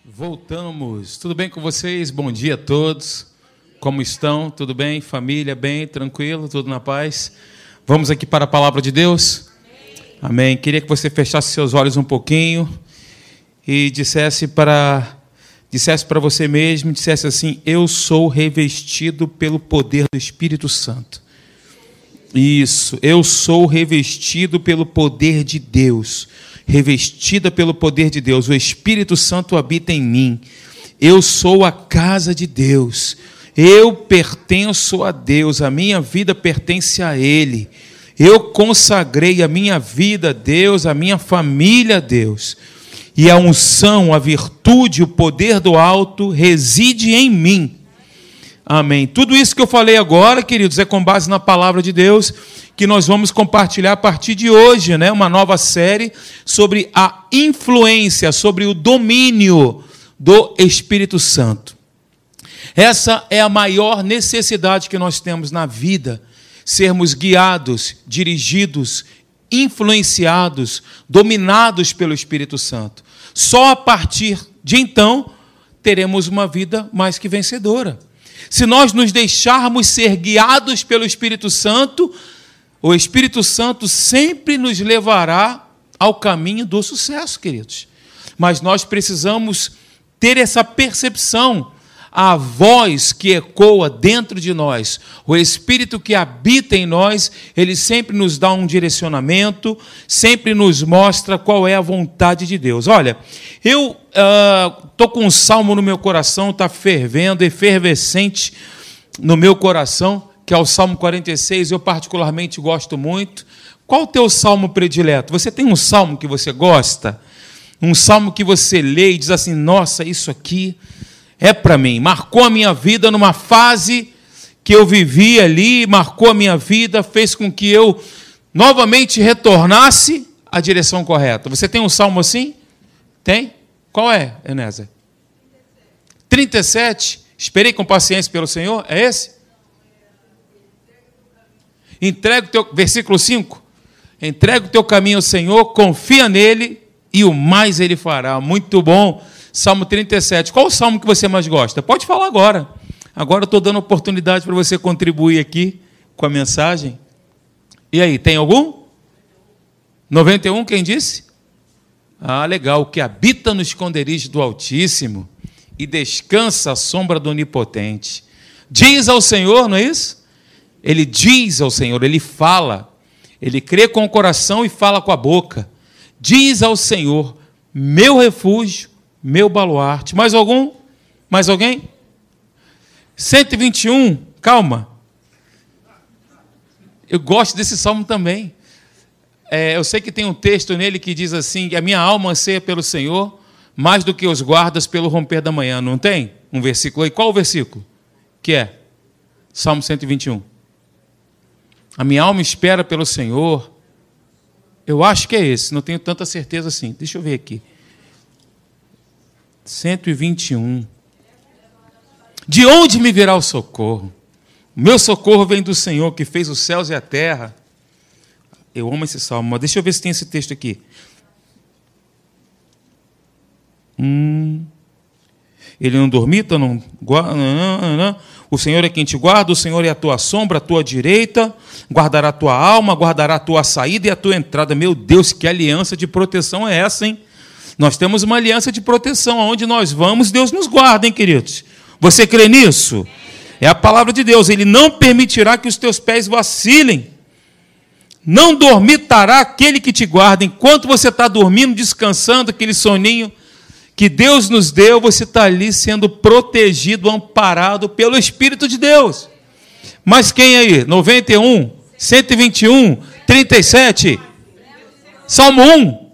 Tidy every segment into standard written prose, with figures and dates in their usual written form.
Voltamos. Tudo bem com vocês? Bom dia a todos. Como estão? Tudo bem? Família, bem? Tranquilo? Tudo na paz? Vamos aqui para a palavra de Deus? Amém. Queria que você fechasse seus olhos um pouquinho e dissesse para você mesmo, dissesse assim: eu sou revestido pelo poder do Espírito Santo. Isso, eu sou revestido pelo poder de Deus. Revestida pelo poder de Deus, o Espírito Santo habita em mim. Eu sou a casa de Deus. Eu pertenço a Deus, a minha vida pertence a Ele. Eu consagrei a minha vida a Deus, a minha família a Deus. E a unção, a virtude, o poder do alto reside em mim. Amém. Tudo isso que eu falei agora, queridos, é com base na palavra de Deus, que nós vamos compartilhar a partir de hoje, né? Uma nova série sobre a influência, sobre o domínio do Espírito Santo. Essa é a maior necessidade que nós temos na vida, sermos guiados, dirigidos, influenciados, dominados pelo Espírito Santo. Só a partir de então teremos uma vida mais que vencedora. Se nós nos deixarmos ser guiados pelo Espírito Santo, o Espírito Santo sempre nos levará ao caminho do sucesso, queridos. Mas nós precisamos ter essa percepção, a voz que ecoa dentro de nós, o Espírito que habita em nós, ele sempre nos dá um direcionamento, sempre nos mostra qual é a vontade de Deus. Olha, eu estou com um salmo no meu coração, está fervendo, efervescente no meu coração, que é o Salmo 46, eu particularmente gosto muito. Qual o teu salmo predileto? Você tem um salmo que você gosta? Um salmo que você lê e diz assim: nossa, isso aqui é para mim, marcou a minha vida numa fase que eu vivi ali, marcou a minha vida, fez com que eu novamente retornasse à direção correta. Você tem um salmo assim? Tem? Qual é, Enézer? 37. Esperei com paciência pelo Senhor, é esse? Entrega o teu, versículo 5. Entrega o teu caminho ao Senhor, confia nele e o mais ele fará. Muito bom. Salmo 37. Qual o salmo que você mais gosta? Pode falar agora. Agora eu estou dando oportunidade para você contribuir aqui com a mensagem. E aí, tem algum? 91, quem disse? Ah, legal. Que habita no esconderijo do Altíssimo e descansa à sombra do Onipotente. Diz ao Senhor, não é isso? Ele diz ao Senhor, ele fala. Ele crê com o coração e fala com a boca. Diz ao Senhor: meu refúgio, meu baluarte. Mais algum? Mais alguém? 121, calma. Eu gosto desse salmo também. Eu sei que tem um texto nele que diz assim: a minha alma anseia pelo Senhor, mais do que os guardas pelo romper da manhã. Não tem um versículo aí? Qual o versículo? Que é? Salmo 121. A minha alma espera pelo Senhor. Eu acho que é esse, não tenho tanta certeza assim. Deixa eu ver aqui. 121. De onde me virá o socorro? O meu socorro vem do Senhor, que fez os céus e a terra. Eu amo esse salmo, mas deixa eu ver se tem esse texto aqui. Ele não dormita, não guarda. O Senhor é quem te guarda, o Senhor é a tua sombra, a tua direita, guardará a tua alma, guardará a tua saída e a tua entrada. Meu Deus, que aliança de proteção é essa, hein? Nós temos uma aliança de proteção. Aonde nós vamos, Deus nos guarda, hein, queridos? Você crê nisso? É a palavra de Deus. Ele não permitirá que os teus pés vacilem. Não dormitará aquele que te guarda. Enquanto você está dormindo, descansando, aquele soninho que Deus nos deu, você está ali sendo protegido, amparado pelo Espírito de Deus. Mas quem aí? 91, 121, 37, Salmo 1.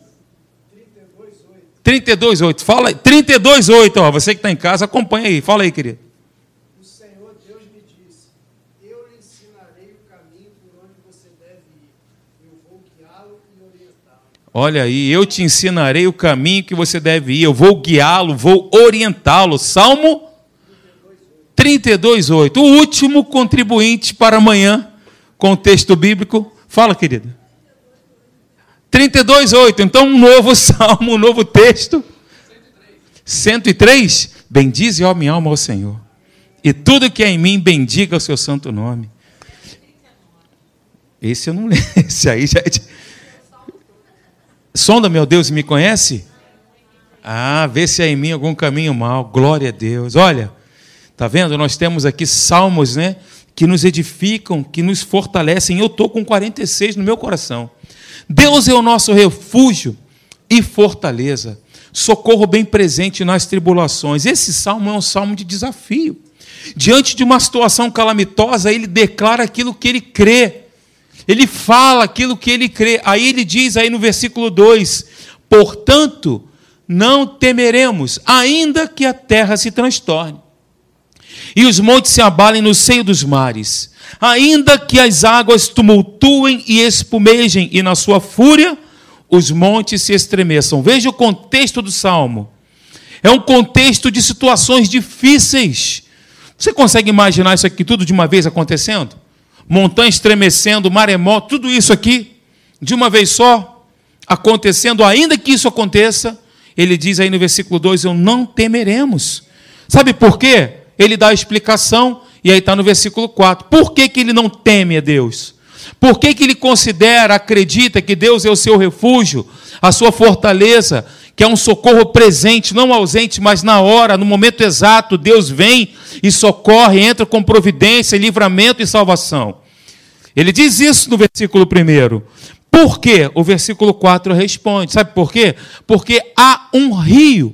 32:8. Fala aí. 32:8. Ó, você que está em casa, acompanha aí. Fala aí, querido. O Senhor Deus me disse: eu lhe ensinarei o caminho por onde você deve ir. Eu vou guiá-lo e orientá-lo. Olha aí, eu te ensinarei o caminho que você deve ir. Eu vou guiá-lo, vou orientá-lo. Salmo 32:8. O último contribuinte para amanhã com o texto bíblico. Fala, querido. 32:8. Então, um novo salmo, um novo texto. 103, bendize, ó minha alma, ao Senhor. E tudo que é em mim, bendiga o seu santo nome. Esse eu não lembro. Esse aí já é de... Sonda, meu Deus, e me conhece? Vê se há em mim algum caminho mau. Glória a Deus. Olha, tá vendo? Nós temos aqui salmos, né, que nos edificam, que nos fortalecem. Eu estou com 46 no meu coração. Deus é o nosso refúgio e fortaleza, socorro bem presente nas tribulações. Esse salmo é um salmo de desafio. Diante de uma situação calamitosa, ele declara aquilo que ele crê. Ele fala aquilo que ele crê. Aí ele diz aí no versículo 2, portanto, não temeremos, ainda que a terra se transtorne, e os montes se abalem no seio dos mares, ainda que as águas tumultuem e espumejem, e na sua fúria os montes se estremeçam. Veja o contexto do Salmo. É um contexto de situações difíceis. Você consegue imaginar isso aqui tudo de uma vez acontecendo? Montanha estremecendo, maremoto, tudo isso aqui, de uma vez só, acontecendo. Ainda que isso aconteça, ele diz aí no versículo 2, eu não temeremos. Sabe por quê? Ele dá a explicação, e aí está no versículo 4. Por que ele não teme a Deus? Por que ele considera, acredita que Deus é o seu refúgio, a sua fortaleza, que é um socorro presente, não ausente, mas na hora, no momento exato, Deus vem e socorre, entra com providência, livramento e salvação. Ele diz isso no versículo 1. Por quê? O versículo 4 responde. Sabe por quê? Porque há um rio.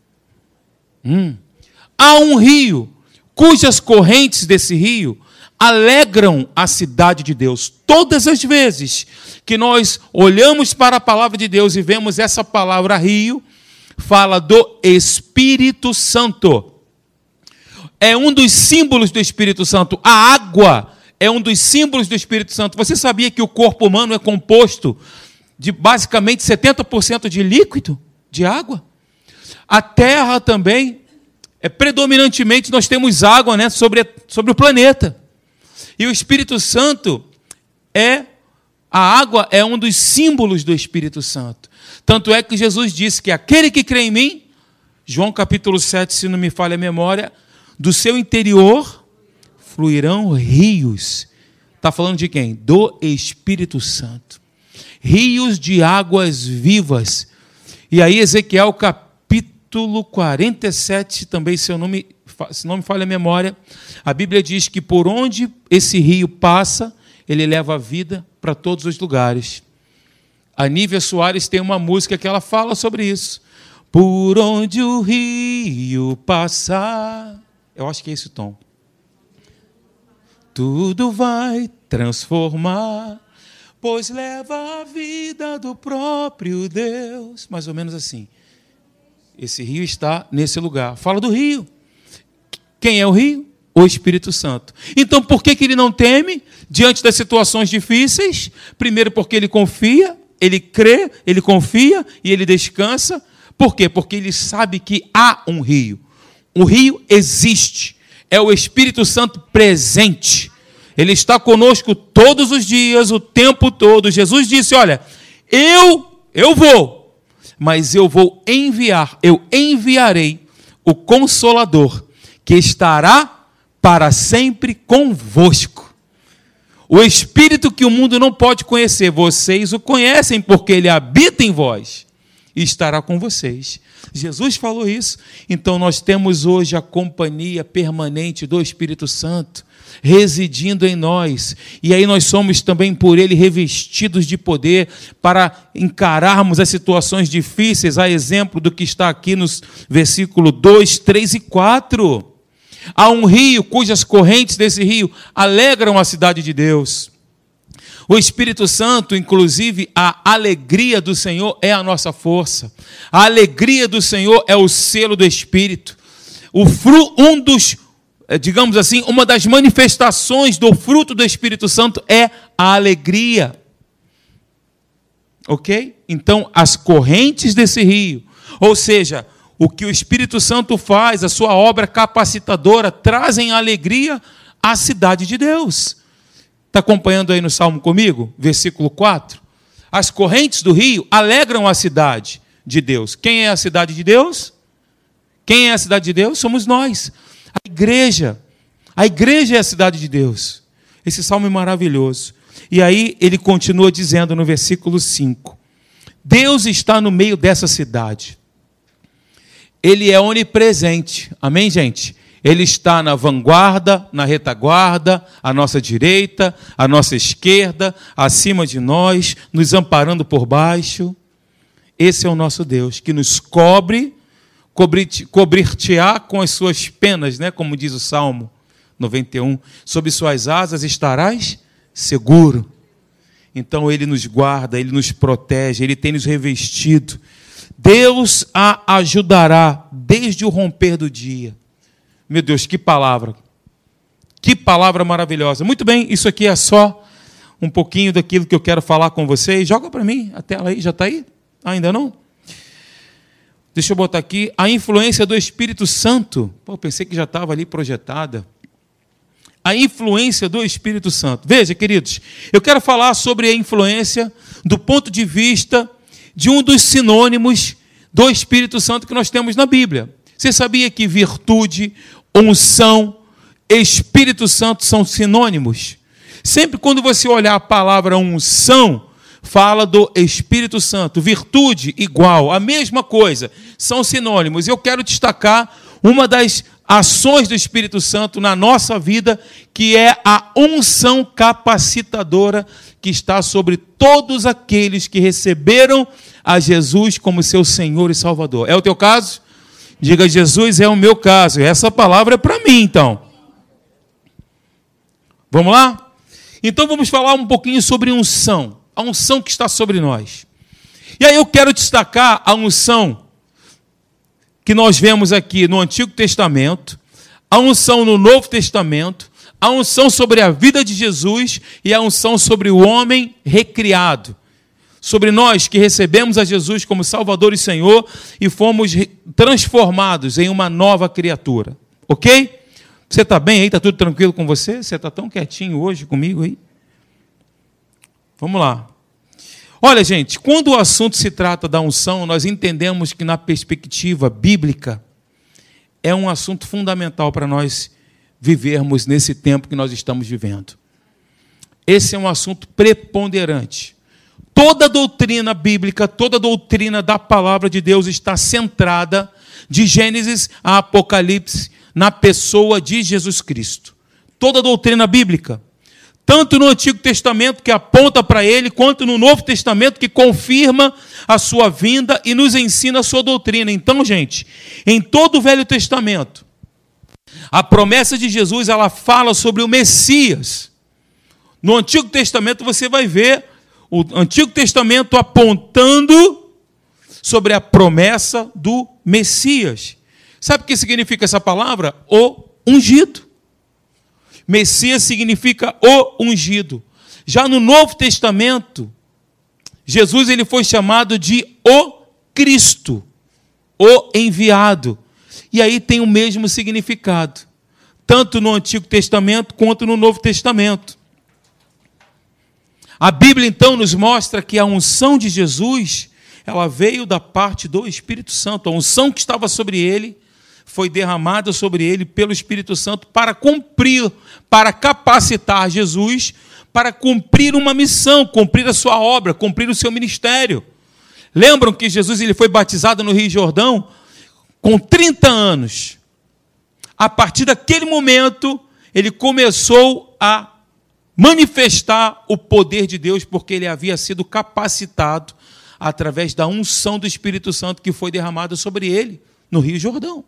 Há um rio, cujas correntes desse rio alegram a cidade de Deus. Todas as vezes que nós olhamos para a palavra de Deus e vemos essa palavra rio, fala do Espírito Santo. É um dos símbolos do Espírito Santo. A água é um dos símbolos do Espírito Santo. Você sabia que o corpo humano é composto de basicamente 70% de líquido, de água? A terra também, predominantemente nós temos água, né, sobre o planeta. E o Espírito Santo a água é um dos símbolos do Espírito Santo. Tanto é que Jesus disse que aquele que crê em mim, João capítulo 7, se não me falha a memória, do seu interior fluirão rios. Está falando de quem? Do Espírito Santo. Rios de águas vivas. E aí Ezequiel capítulo 47, também se não me falha a memória, a Bíblia diz que por onde esse rio passa, ele leva a vida para todos os lugares. A Nívia Soares tem uma música que ela fala sobre isso. Por onde o rio passar, eu acho que é esse o tom. Tudo vai transformar, pois leva a vida do próprio Deus. Mais ou menos assim. Esse rio está nesse lugar. Fala do rio. Quem é o rio? O Espírito Santo. Então, por que ele não teme diante das situações difíceis? Primeiro, porque ele confia, ele crê, ele confia e ele descansa. Por quê? Porque ele sabe que há um rio. O rio existe. É o Espírito Santo presente. Ele está conosco todos os dias, o tempo todo. Jesus disse, olha, eu vou, mas eu vou enviar, eu enviarei o Consolador, que estará para sempre convosco. O Espírito que o mundo não pode conhecer, vocês o conhecem, porque ele habita em vós e estará com vocês. Jesus falou isso. Então nós temos hoje a companhia permanente do Espírito Santo residindo em nós, e aí nós somos também por ele revestidos de poder para encararmos as situações difíceis, a exemplo do que está aqui nos versículos 2, 3 e 4. Há um rio cujas correntes desse rio alegram a cidade de Deus. O Espírito Santo, inclusive, a alegria do Senhor é a nossa força. A alegria do Senhor é o selo do Espírito. Digamos assim, uma das manifestações do fruto do Espírito Santo é a alegria. Ok? Então, as correntes desse rio, ou seja, o que o Espírito Santo faz, a sua obra capacitadora, trazem alegria à cidade de Deus. Está acompanhando aí no Salmo comigo? Versículo 4. As correntes do rio alegram a cidade de Deus. Quem é a cidade de Deus? Quem é a cidade de Deus? Somos nós, a igreja. A igreja é a cidade de Deus. Esse salmo é maravilhoso. E aí ele continua dizendo no versículo 5: Deus está no meio dessa cidade. Ele é onipresente. Amém, gente? Ele está na vanguarda, na retaguarda, à nossa direita, à nossa esquerda, acima de nós, nos amparando por baixo. Esse é o nosso Deus, que nos cobrir-te-á com as suas penas, né? Como diz o Salmo 91. Sob suas asas estarás seguro. Então Ele nos guarda, Ele nos protege, Ele tem nos revestido. Deus a ajudará desde o romper do dia. Meu Deus, que palavra! Que palavra maravilhosa! Muito bem, isso aqui é só um pouquinho daquilo que eu quero falar com vocês. Joga para mim a tela aí, já está aí? Ainda não? Deixa eu botar aqui a influência do Espírito Santo. Pô, pensei que já estava ali projetada. A influência do Espírito Santo. Veja, queridos, eu quero falar sobre a influência do ponto de vista de um dos sinônimos do Espírito Santo que nós temos na Bíblia. Você sabia que virtude, unção, Espírito Santo são sinônimos? Sempre quando você olhar a palavra unção, fala do Espírito Santo. Virtude, igual, a mesma coisa, são sinônimos. Eu quero destacar uma das ações do Espírito Santo na nossa vida, que é a unção capacitadora que está sobre todos aqueles que receberam a Jesus como seu Senhor e Salvador. É o teu caso? Diga, Jesus é o meu caso. Essa palavra é para mim, então. Vamos lá? Então vamos falar um pouquinho sobre unção. A unção que está sobre nós. E aí eu quero destacar a unção que nós vemos aqui no Antigo Testamento, a unção no Novo Testamento, a unção sobre a vida de Jesus e a unção sobre o homem recriado. Sobre nós que recebemos a Jesus como Salvador e Senhor e fomos transformados em uma nova criatura. Ok? Você está bem aí? Está tudo tranquilo com você? Você está tão quietinho hoje comigo aí? Vamos lá. Olha, gente, quando o assunto se trata da unção, nós entendemos que na perspectiva bíblica é um assunto fundamental para nós vivermos nesse tempo que nós estamos vivendo. Esse é um assunto preponderante. Toda a doutrina bíblica, toda a doutrina da palavra de Deus está centrada, de Gênesis a Apocalipse, na pessoa de Jesus Cristo. Toda a doutrina bíblica, tanto no Antigo Testamento, que aponta para Ele, quanto no Novo Testamento, que confirma a sua vinda e nos ensina a sua doutrina. Então, gente, em todo o Velho Testamento, a promessa de Jesus, ela fala sobre o Messias. No Antigo Testamento você vai ver o Antigo Testamento apontando sobre a promessa do Messias. Sabe o que significa essa palavra? O ungido. Messias significa o ungido. Já no Novo Testamento, Jesus ele foi chamado de o Cristo, o enviado. E aí tem o mesmo significado, tanto no Antigo Testamento quanto no Novo Testamento. A Bíblia, então, nos mostra que a unção de Jesus, ela veio da parte do Espírito Santo. A unção que estava sobre ele foi derramada sobre ele pelo Espírito Santo para cumprir, para capacitar Jesus, para cumprir uma missão, cumprir a sua obra, cumprir o seu ministério. Lembram que Jesus ele foi batizado no Rio Jordão com 30 anos. A partir daquele momento, ele começou a manifestar o poder de Deus, porque ele havia sido capacitado através da unção do Espírito Santo que foi derramada sobre ele no Rio Jordão.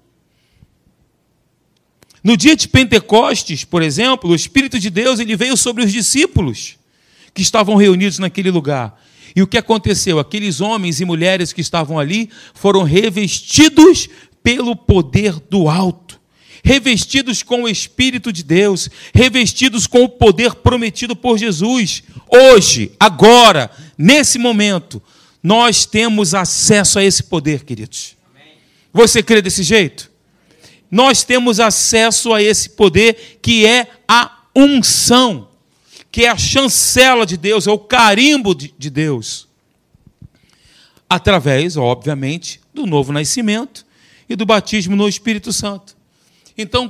No dia de Pentecostes, por exemplo, o Espírito de Deus ele veio sobre os discípulos que estavam reunidos naquele lugar. E o que aconteceu? Aqueles homens e mulheres que estavam ali foram revestidos pelo poder do alto. Revestidos com o Espírito de Deus, revestidos com o poder prometido por Jesus. Hoje, agora, nesse momento, nós temos acesso a esse poder, queridos. Você crê desse jeito? Nós temos acesso a esse poder que é a unção, que é a chancela de Deus, é o carimbo de Deus. Através, obviamente, do novo nascimento e do batismo no Espírito Santo. Então,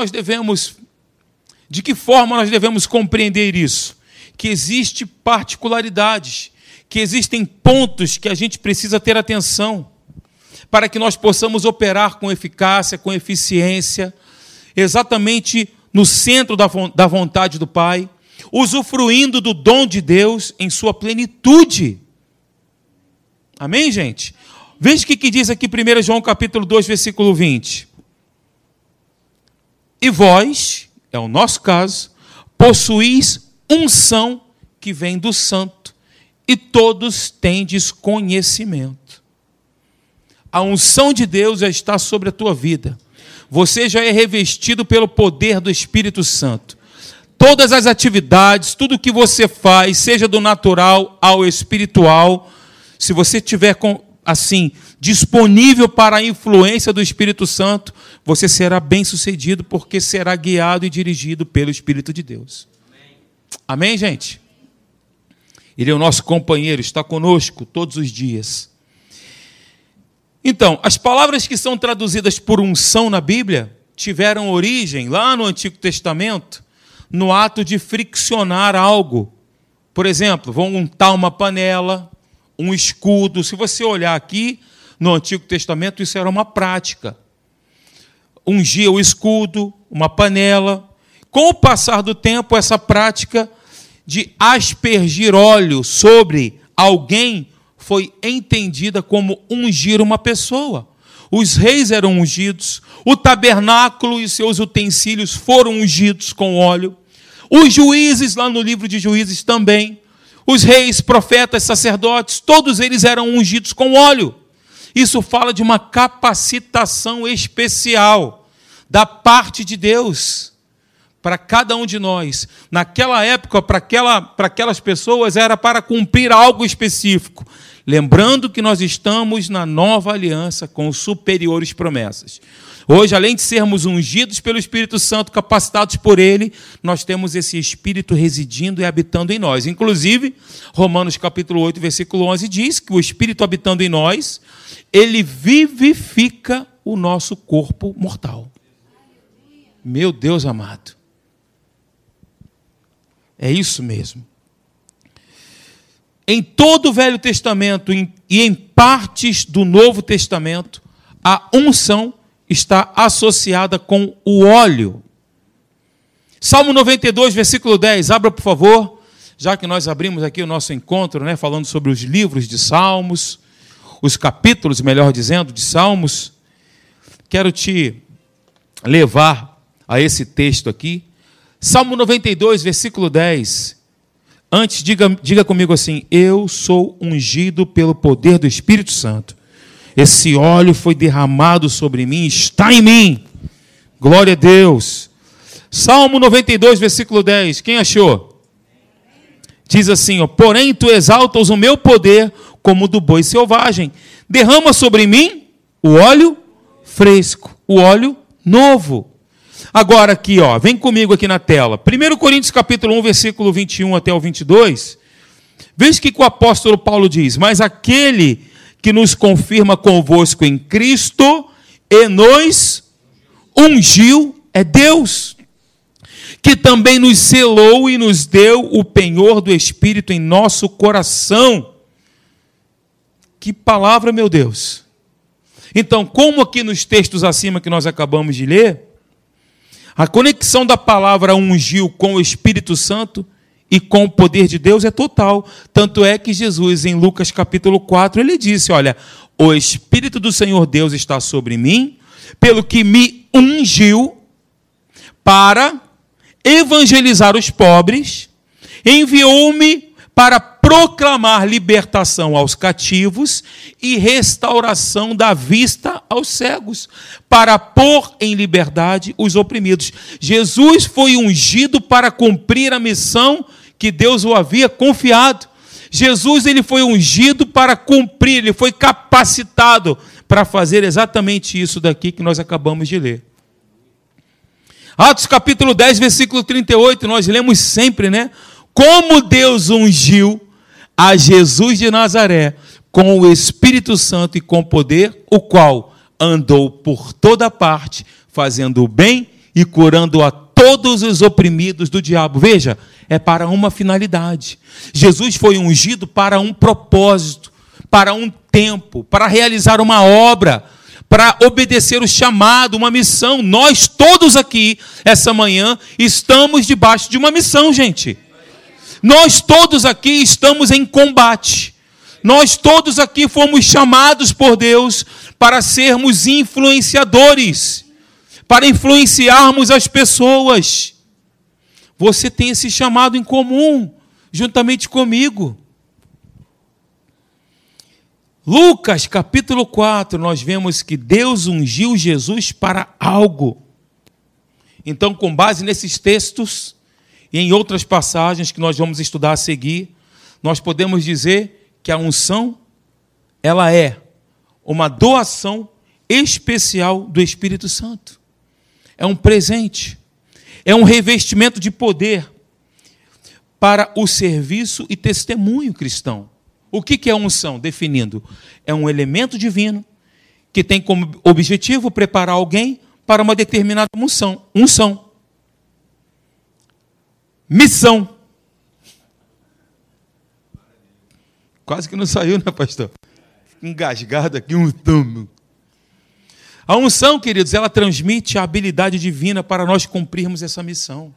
de que forma nós devemos compreender isso? Que existem particularidades, que existem pontos que a gente precisa ter atenção, para que nós possamos operar com eficácia, com eficiência, exatamente no centro da vontade do Pai, usufruindo do dom de Deus em sua plenitude. Amém, gente? Veja o que diz aqui 1 João capítulo 2, versículo 20. E vós, é o nosso caso, possuís unção que vem do Santo, e todos tendes conhecimento. A unção de Deus já está sobre a tua vida. Você já é revestido pelo poder do Espírito Santo. Todas as atividades, tudo que você faz, seja do natural ao espiritual, se você tiver assim disponível para a influência do Espírito Santo, você será bem-sucedido, porque será guiado e dirigido pelo Espírito de Deus. Amém, gente? Ele é o nosso companheiro, está conosco todos os dias. Então, as palavras que são traduzidas por unção na Bíblia tiveram origem lá no Antigo Testamento, no ato de friccionar algo. Por exemplo, vão untar uma panela, um escudo. Se você olhar aqui no Antigo Testamento, isso era uma prática. Ungia o escudo, uma panela. Com o passar do tempo, essa prática de aspergir óleo sobre alguém foi entendida como ungir uma pessoa. Os reis eram ungidos, o tabernáculo e seus utensílios foram ungidos com óleo. Os juízes, lá no livro de Juízes também, os reis, profetas, sacerdotes, todos eles eram ungidos com óleo. Isso fala de uma capacitação especial da parte de Deus para cada um de nós. Naquela época, para aquelas pessoas, era para cumprir algo específico. Lembrando que nós estamos na nova aliança com superiores promessas. Hoje, além de sermos ungidos pelo Espírito Santo, capacitados por Ele, nós temos esse Espírito residindo e habitando em nós. Inclusive, Romanos capítulo 8, versículo 11, diz que o Espírito habitando em nós, ele vivifica o nosso corpo mortal. Meu Deus amado. É isso mesmo. Em todo o Velho Testamento e em partes do Novo Testamento, a unção está associada com o óleo. Salmo 92, versículo 10. Abra, por favor, já que nós abrimos aqui o nosso encontro, né, falando sobre os livros de Salmos, os capítulos, melhor dizendo, de Salmos. Quero te levar a esse texto aqui. Salmo 92, versículo 10. Antes, diga comigo assim: eu sou ungido pelo poder do Espírito Santo. Esse óleo foi derramado sobre mim, está em mim. Glória a Deus. Salmo 92, versículo 10. Quem achou? Diz assim, ó: porém tu exaltas o meu poder como o do boi selvagem. Derrama sobre mim o óleo fresco, o óleo novo. Agora aqui, ó, vem comigo aqui na tela. 1 Coríntios capítulo 1, versículo 21 até o 22. Veja o que o apóstolo Paulo diz: mas aquele que nos confirma convosco em Cristo e nos ungiu é Deus, que também nos selou e nos deu o penhor do Espírito em nosso coração. Que palavra, meu Deus! Então, como aqui nos textos acima que nós acabamos de ler, a conexão da palavra ungiu com o Espírito Santo e com o poder de Deus é total. Tanto é que Jesus, em Lucas capítulo 4, ele disse, olha, o Espírito do Senhor Deus está sobre mim, pelo que me ungiu para evangelizar os pobres, enviou-me para proclamar libertação aos cativos e restauração da vista aos cegos, para pôr em liberdade os oprimidos. Jesus foi ungido para cumprir a missão que Deus o havia confiado. Jesus, ele foi ungido para cumprir, ele foi capacitado para fazer exatamente isso daqui que nós acabamos de ler. Atos capítulo 10, versículo 38, nós lemos sempre, né? Como Deus ungiu a Jesus de Nazaré com o Espírito Santo e com poder, o qual andou por toda parte, fazendo o bem e curando a todos os oprimidos do diabo. Veja, é para uma finalidade. Jesus foi ungido para um propósito, para um tempo, para realizar uma obra, para obedecer o chamado, uma missão. Nós todos aqui, essa manhã, estamos debaixo de uma missão, gente. Nós todos aqui estamos em combate. Nós todos aqui fomos chamados por Deus para sermos influenciadores, para influenciarmos as pessoas. Você tem esse chamado em comum, juntamente comigo. Lucas, capítulo 4, nós vemos que Deus ungiu Jesus para algo. Então, com base nesses textos e em outras passagens que nós vamos estudar a seguir, nós podemos dizer que a unção, ela é uma doação especial do Espírito Santo. É um presente, é um revestimento de poder para o serviço e testemunho cristão. O que é a unção? Definindo, é um elemento divino que tem como objetivo preparar alguém para uma determinada unção. Missão. Quase que não saiu, né, pastor? Engasgado aqui, um tamo. A unção, queridos, ela transmite a habilidade divina para nós cumprirmos essa missão.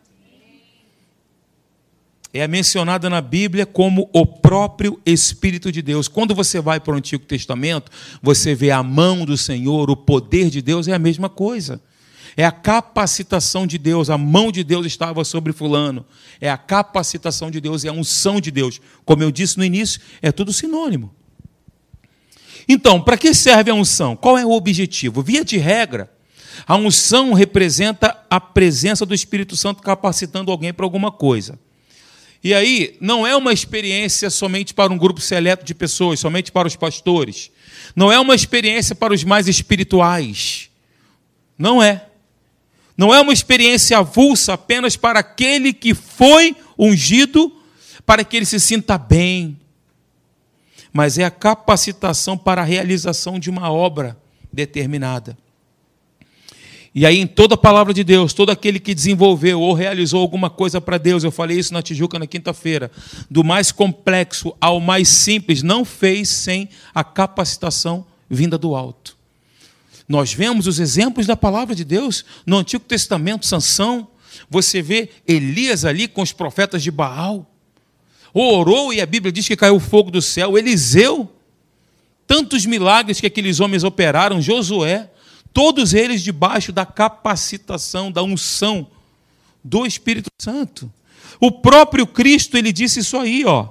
É mencionada na Bíblia como o próprio Espírito de Deus. Quando você vai para o Antigo Testamento, você vê a mão do Senhor, o poder de Deus, é a mesma coisa. É a capacitação de Deus, a mão de Deus estava sobre fulano. É a capacitação de Deus, é a unção de Deus. Como eu disse no início, é tudo sinônimo. Então, para que serve a unção? Qual é o objetivo? Via de regra, a unção representa a presença do Espírito Santo capacitando alguém para alguma coisa. E aí, não é uma experiência somente para um grupo seleto de pessoas, somente para os pastores. Não é uma experiência para os mais espirituais. Não é. Não é uma experiência avulsa apenas para aquele que foi ungido, para que ele se sinta bem. Mas é a capacitação para a realização de uma obra determinada. E aí, em toda a palavra de Deus, todo aquele que desenvolveu ou realizou alguma coisa para Deus, eu falei isso na Tijuca na quinta-feira, do mais complexo ao mais simples, não fez sem a capacitação vinda do alto. Nós vemos os exemplos da palavra de Deus no Antigo Testamento, Sansão. Você vê Elias ali com os profetas de Baal. Orou e a Bíblia diz que caiu fogo do céu. Eliseu, tantos milagres que aqueles homens operaram. Josué, todos eles debaixo da capacitação, da unção do Espírito Santo. O próprio Cristo, ele disse isso aí, ó.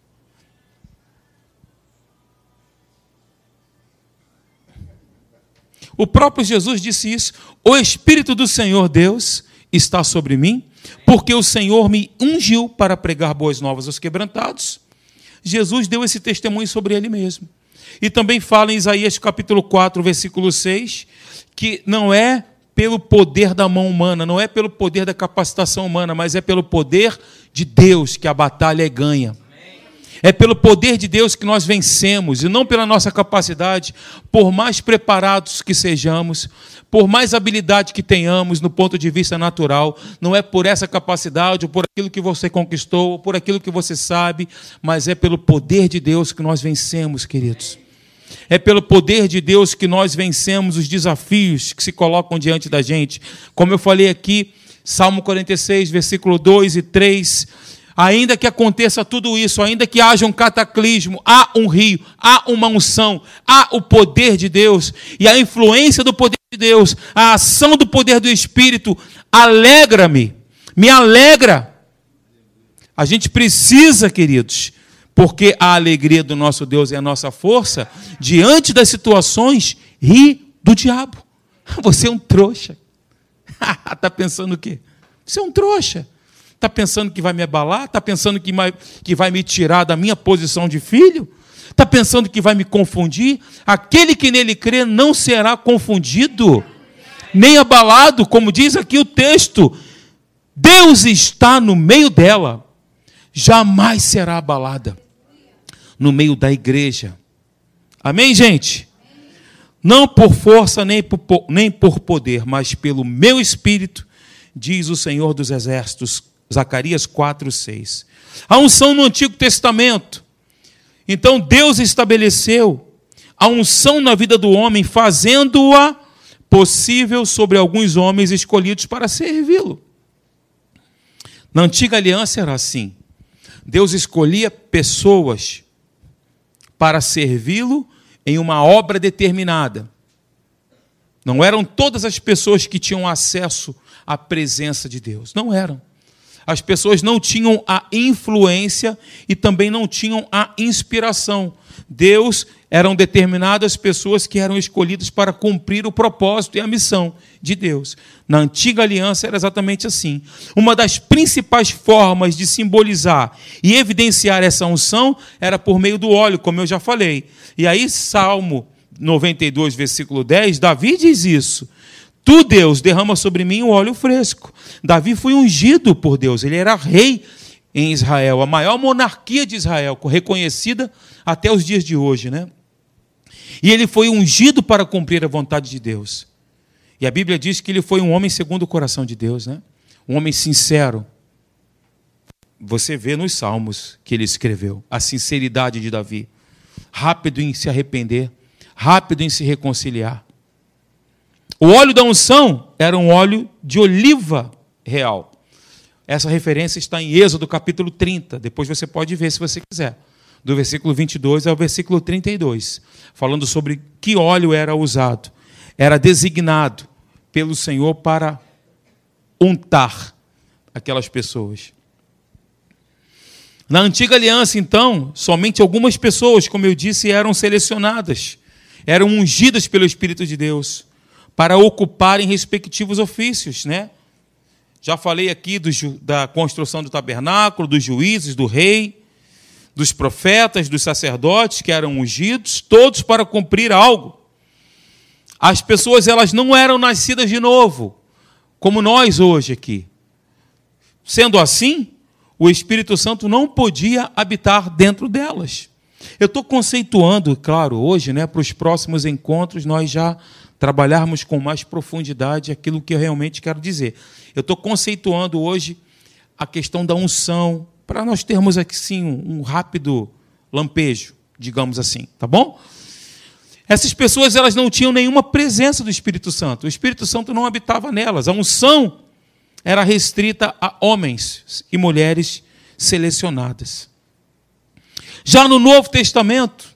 O próprio Jesus disse isso. O Espírito do Senhor Deus está sobre mim, porque o Senhor me ungiu para pregar boas novas aos quebrantados. Jesus deu esse testemunho sobre ele mesmo. E também fala em Isaías capítulo 4, versículo 6, que não é pelo poder da mão humana, não é pelo poder da capacitação humana, mas é pelo poder de Deus que a batalha é ganha. É pelo poder de Deus que nós vencemos, e não pela nossa capacidade, por mais preparados que sejamos, por mais habilidade que tenhamos no ponto de vista natural, não é por essa capacidade, ou por aquilo que você conquistou, ou por aquilo que você sabe, mas é pelo poder de Deus que nós vencemos, queridos. É pelo poder de Deus que nós vencemos os desafios que se colocam diante da gente. Como eu falei aqui, Salmo 46, versículo 2 e 3... Ainda que aconteça tudo isso, ainda que haja um cataclismo, há um rio, há uma unção, há o poder de Deus, e a influência do poder de Deus, a ação do poder do Espírito, alegra-me, me alegra. A gente precisa, queridos, porque a alegria do nosso Deus é a nossa força, diante das situações, ri do diabo. Você é um trouxa. Está pensando o quê? Você é um trouxa. Está pensando que vai me abalar? Está pensando que vai me tirar da minha posição de filho? Está pensando que vai me confundir? Aquele que nele crê não será confundido, nem abalado, como diz aqui o texto. Deus está no meio dela, jamais será abalada. No meio da igreja. Amém, gente? Não por força nem por poder, mas pelo meu Espírito, diz o Senhor dos Exércitos. Zacarias 4:6. A unção no Antigo Testamento. Então Deus estabeleceu a unção na vida do homem, fazendo-a possível sobre alguns homens escolhidos para servi-lo. Na Antiga Aliança era assim. Deus escolhia pessoas para servi-lo em uma obra determinada. Não eram todas as pessoas que tinham acesso à presença de Deus. Não eram. As pessoas não tinham a influência e também não tinham a inspiração. Deus eram determinadas pessoas que eram escolhidas para cumprir o propósito e a missão de Deus. Na Antiga Aliança era exatamente assim. Uma das principais formas de simbolizar e evidenciar essa unção era por meio do óleo, como eu já falei. E aí, Salmo 92, versículo 10, Davi diz isso. Tu, Deus, derrama sobre mim o óleo fresco. Davi foi ungido por Deus, ele era rei em Israel, a maior monarquia de Israel, reconhecida até os dias de hoje, né? E ele foi ungido para cumprir a vontade de Deus. E a Bíblia diz que ele foi um homem segundo o coração de Deus, né? Um homem sincero. Você vê nos Salmos que ele escreveu a sinceridade de Davi. Rápido em se arrepender, rápido em se reconciliar. O óleo da unção era um óleo de oliva real. Essa referência está em Êxodo capítulo 30. Depois você pode ver se você quiser. Do versículo 22 ao versículo 32. Falando sobre que óleo era usado. Era designado pelo Senhor para untar aquelas pessoas. Na Antiga Aliança, então, somente algumas pessoas, como eu disse, eram selecionadas. Eram ungidas pelo Espírito de Deus para ocuparem respectivos ofícios, né? Já falei aqui da construção do tabernáculo, dos juízes, do rei, dos profetas, dos sacerdotes que eram ungidos, todos para cumprir algo. As pessoas, elas não eram nascidas de novo, como nós hoje aqui. Sendo assim, o Espírito Santo não podia habitar dentro delas. Eu estou conceituando, claro, hoje, né, para os próximos encontros, nós já trabalharmos com mais profundidade aquilo que eu realmente quero dizer. Eu estou conceituando hoje a questão da unção, para nós termos aqui sim um rápido lampejo, digamos assim, tá bom? Essas pessoas, elas não tinham nenhuma presença do Espírito Santo. O Espírito Santo não habitava nelas. A unção era restrita a homens e mulheres selecionadas. Já no Novo Testamento,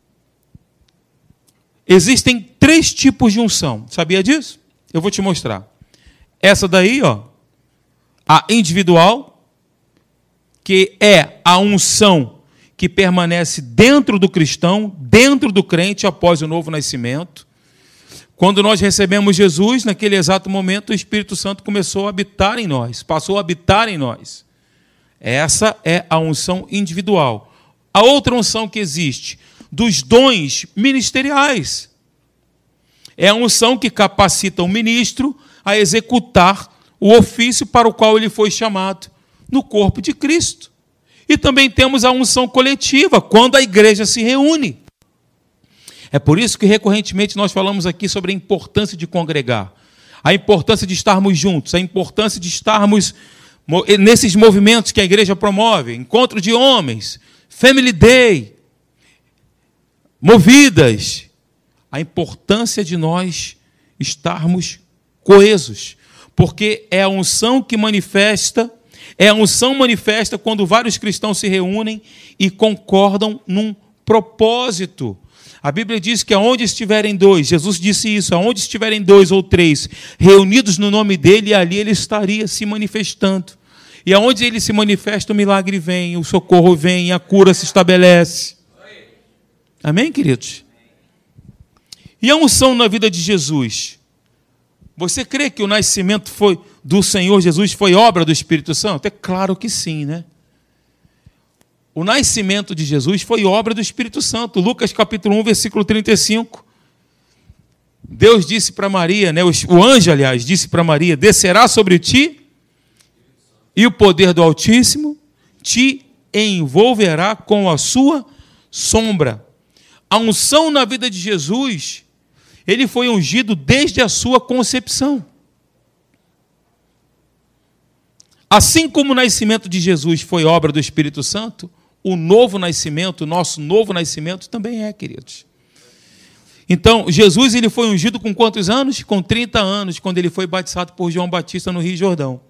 existem 3 tipos de unção. Sabia disso? Eu vou te mostrar. Essa daí, ó, a individual, que é a unção que permanece dentro do cristão, dentro do crente após o novo nascimento. Quando nós recebemos Jesus, naquele exato momento, o Espírito Santo começou a habitar em nós, passou a habitar em nós. Essa é a unção individual. A outra unção que existe, dos dons ministeriais. É a unção que capacita o ministro a executar o ofício para o qual ele foi chamado no corpo de Cristo. E também temos a unção coletiva, quando a igreja se reúne. É por isso que recorrentemente nós falamos aqui sobre a importância de congregar, a importância de estarmos juntos, a importância de estarmos nesses movimentos que a igreja promove, encontro de homens, Family Day, movidas, a importância de nós estarmos coesos, porque é a unção que manifesta, quando vários cristãos se reúnem e concordam num propósito. A Bíblia diz que aonde estiverem 2, Jesus disse isso, aonde estiverem 2 ou 3 reunidos no nome dele, ali ele estaria se manifestando. E aonde ele se manifesta, o milagre vem, o socorro vem, a cura se estabelece. Amém, queridos? E a unção na vida de Jesus? Você crê que o nascimento do Senhor Jesus foi obra do Espírito Santo? É claro que sim, né? O nascimento de Jesus foi obra do Espírito Santo. Lucas capítulo 1, versículo 35. Deus disse para Maria, né, o anjo, aliás, disse para Maria, descerá sobre ti e o poder do Altíssimo te envolverá com a sua sombra. A unção na vida de Jesus, ele foi ungido desde a sua concepção. Assim como o nascimento de Jesus foi obra do Espírito Santo, o novo nascimento, o nosso novo nascimento também é, queridos. Então, Jesus ele foi ungido com quantos anos? Com 30 anos, quando ele foi batizado por João Batista no Rio Jordão.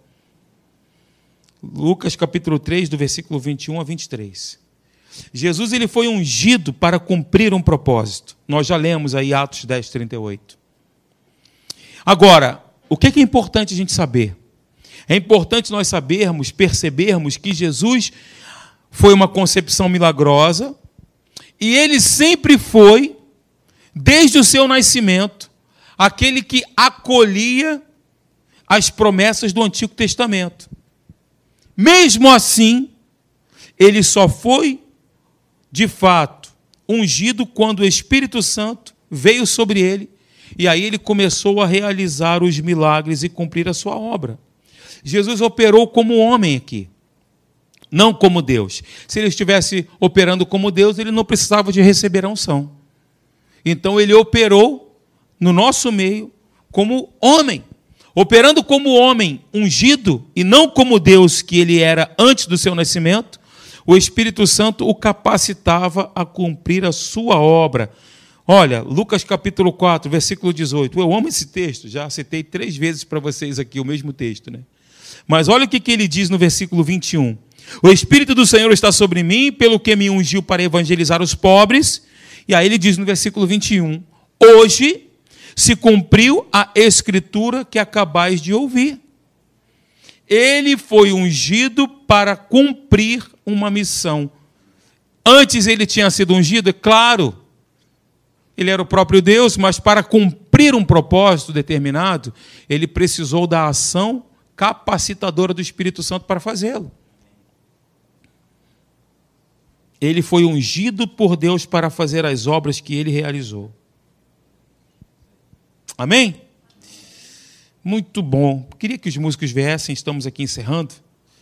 Lucas capítulo 3, do versículo 21 a 23. Jesus ele foi ungido para cumprir um propósito. Nós já lemos aí Atos 10, 38. Agora, o que é importante a gente saber? É importante nós sabermos, percebermos que Jesus foi uma concepção milagrosa e ele sempre foi, desde o seu nascimento, aquele que acolhia as promessas do Antigo Testamento. Mesmo assim, ele só foi, de fato, ungido quando o Espírito Santo veio sobre ele e aí ele começou a realizar os milagres e cumprir a sua obra. Jesus operou como homem aqui, não como Deus. Se ele estivesse operando como Deus, ele não precisava de receber a unção. Então ele operou no nosso meio como homem. Operando como homem ungido e não como Deus que ele era antes do seu nascimento, o Espírito Santo o capacitava a cumprir a sua obra. Olha, Lucas capítulo 4, versículo 18. Eu amo esse texto, já citei 3 vezes para vocês aqui o mesmo texto, né? Mas olha o que ele diz no versículo 21. O Espírito do Senhor está sobre mim, pelo que me ungiu para evangelizar os pobres. E aí ele diz no versículo 21, hoje se cumpriu a escritura que acabais de ouvir. Ele foi ungido para cumprir uma missão. Antes ele tinha sido ungido, é claro, ele era o próprio Deus, mas para cumprir um propósito determinado, ele precisou da ação capacitadora do Espírito Santo para fazê-lo. Ele foi ungido por Deus para fazer as obras que ele realizou. Amém? Muito bom. Queria que os músicos viessem, estamos aqui encerrando.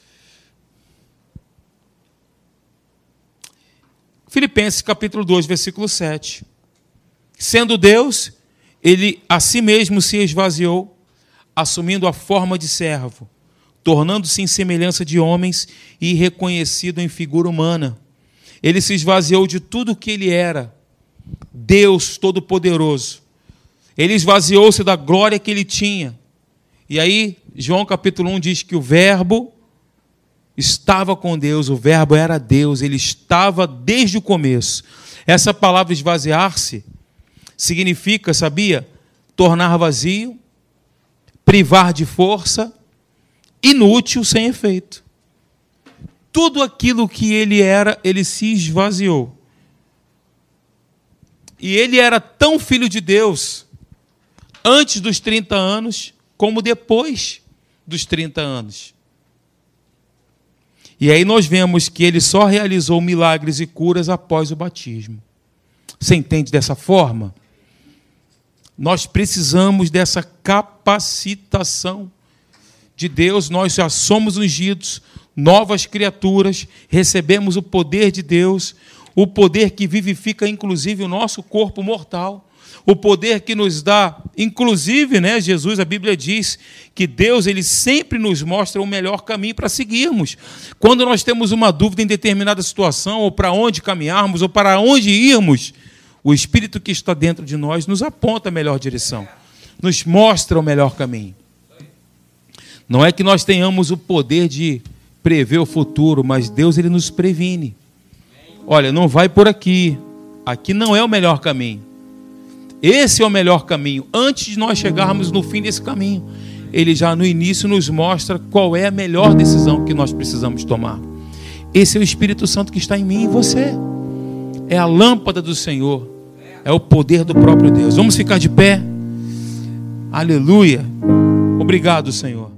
Filipenses capítulo 2, versículo 7. Sendo Deus, ele a si mesmo se esvaziou, assumindo a forma de servo, tornando-se em semelhança de homens e reconhecido em figura humana. Ele se esvaziou de tudo o que ele era, Deus Todo-Poderoso. Ele esvaziou-se da glória que ele tinha. E aí, João capítulo 1 diz que o Verbo estava com Deus, o Verbo era Deus, ele estava desde o começo. Essa palavra esvaziar-se significa, sabia? Tornar vazio, privar de força, inútil, sem efeito. Tudo aquilo que ele era, ele se esvaziou. E ele era tão filho de Deus antes dos 30 anos, como depois dos 30 anos. E aí nós vemos que ele só realizou milagres e curas após o batismo. Você entende dessa forma? Nós precisamos dessa capacitação de Deus. Nós já somos ungidos, novas criaturas, recebemos o poder de Deus, o poder que vivifica inclusive o nosso corpo mortal, o poder que nos dá, inclusive, né, Jesus, a Bíblia diz que Deus ele sempre nos mostra o melhor caminho para seguirmos. Quando nós temos uma dúvida em determinada situação, ou para onde caminharmos, ou para onde irmos, o Espírito que está dentro de nós nos aponta a melhor direção, nos mostra o melhor caminho. Não é que nós tenhamos o poder de prever o futuro, mas Deus ele nos previne. Olha, não vai por aqui, aqui não é o melhor caminho. Esse é o melhor caminho. Antes de nós chegarmos no fim desse caminho, ele já no início nos mostra qual é a melhor decisão que nós precisamos tomar. Esse é o Espírito Santo que está em mim e em você. É a lâmpada do Senhor. É o poder do próprio Deus. Vamos ficar de pé. Aleluia. Obrigado, Senhor.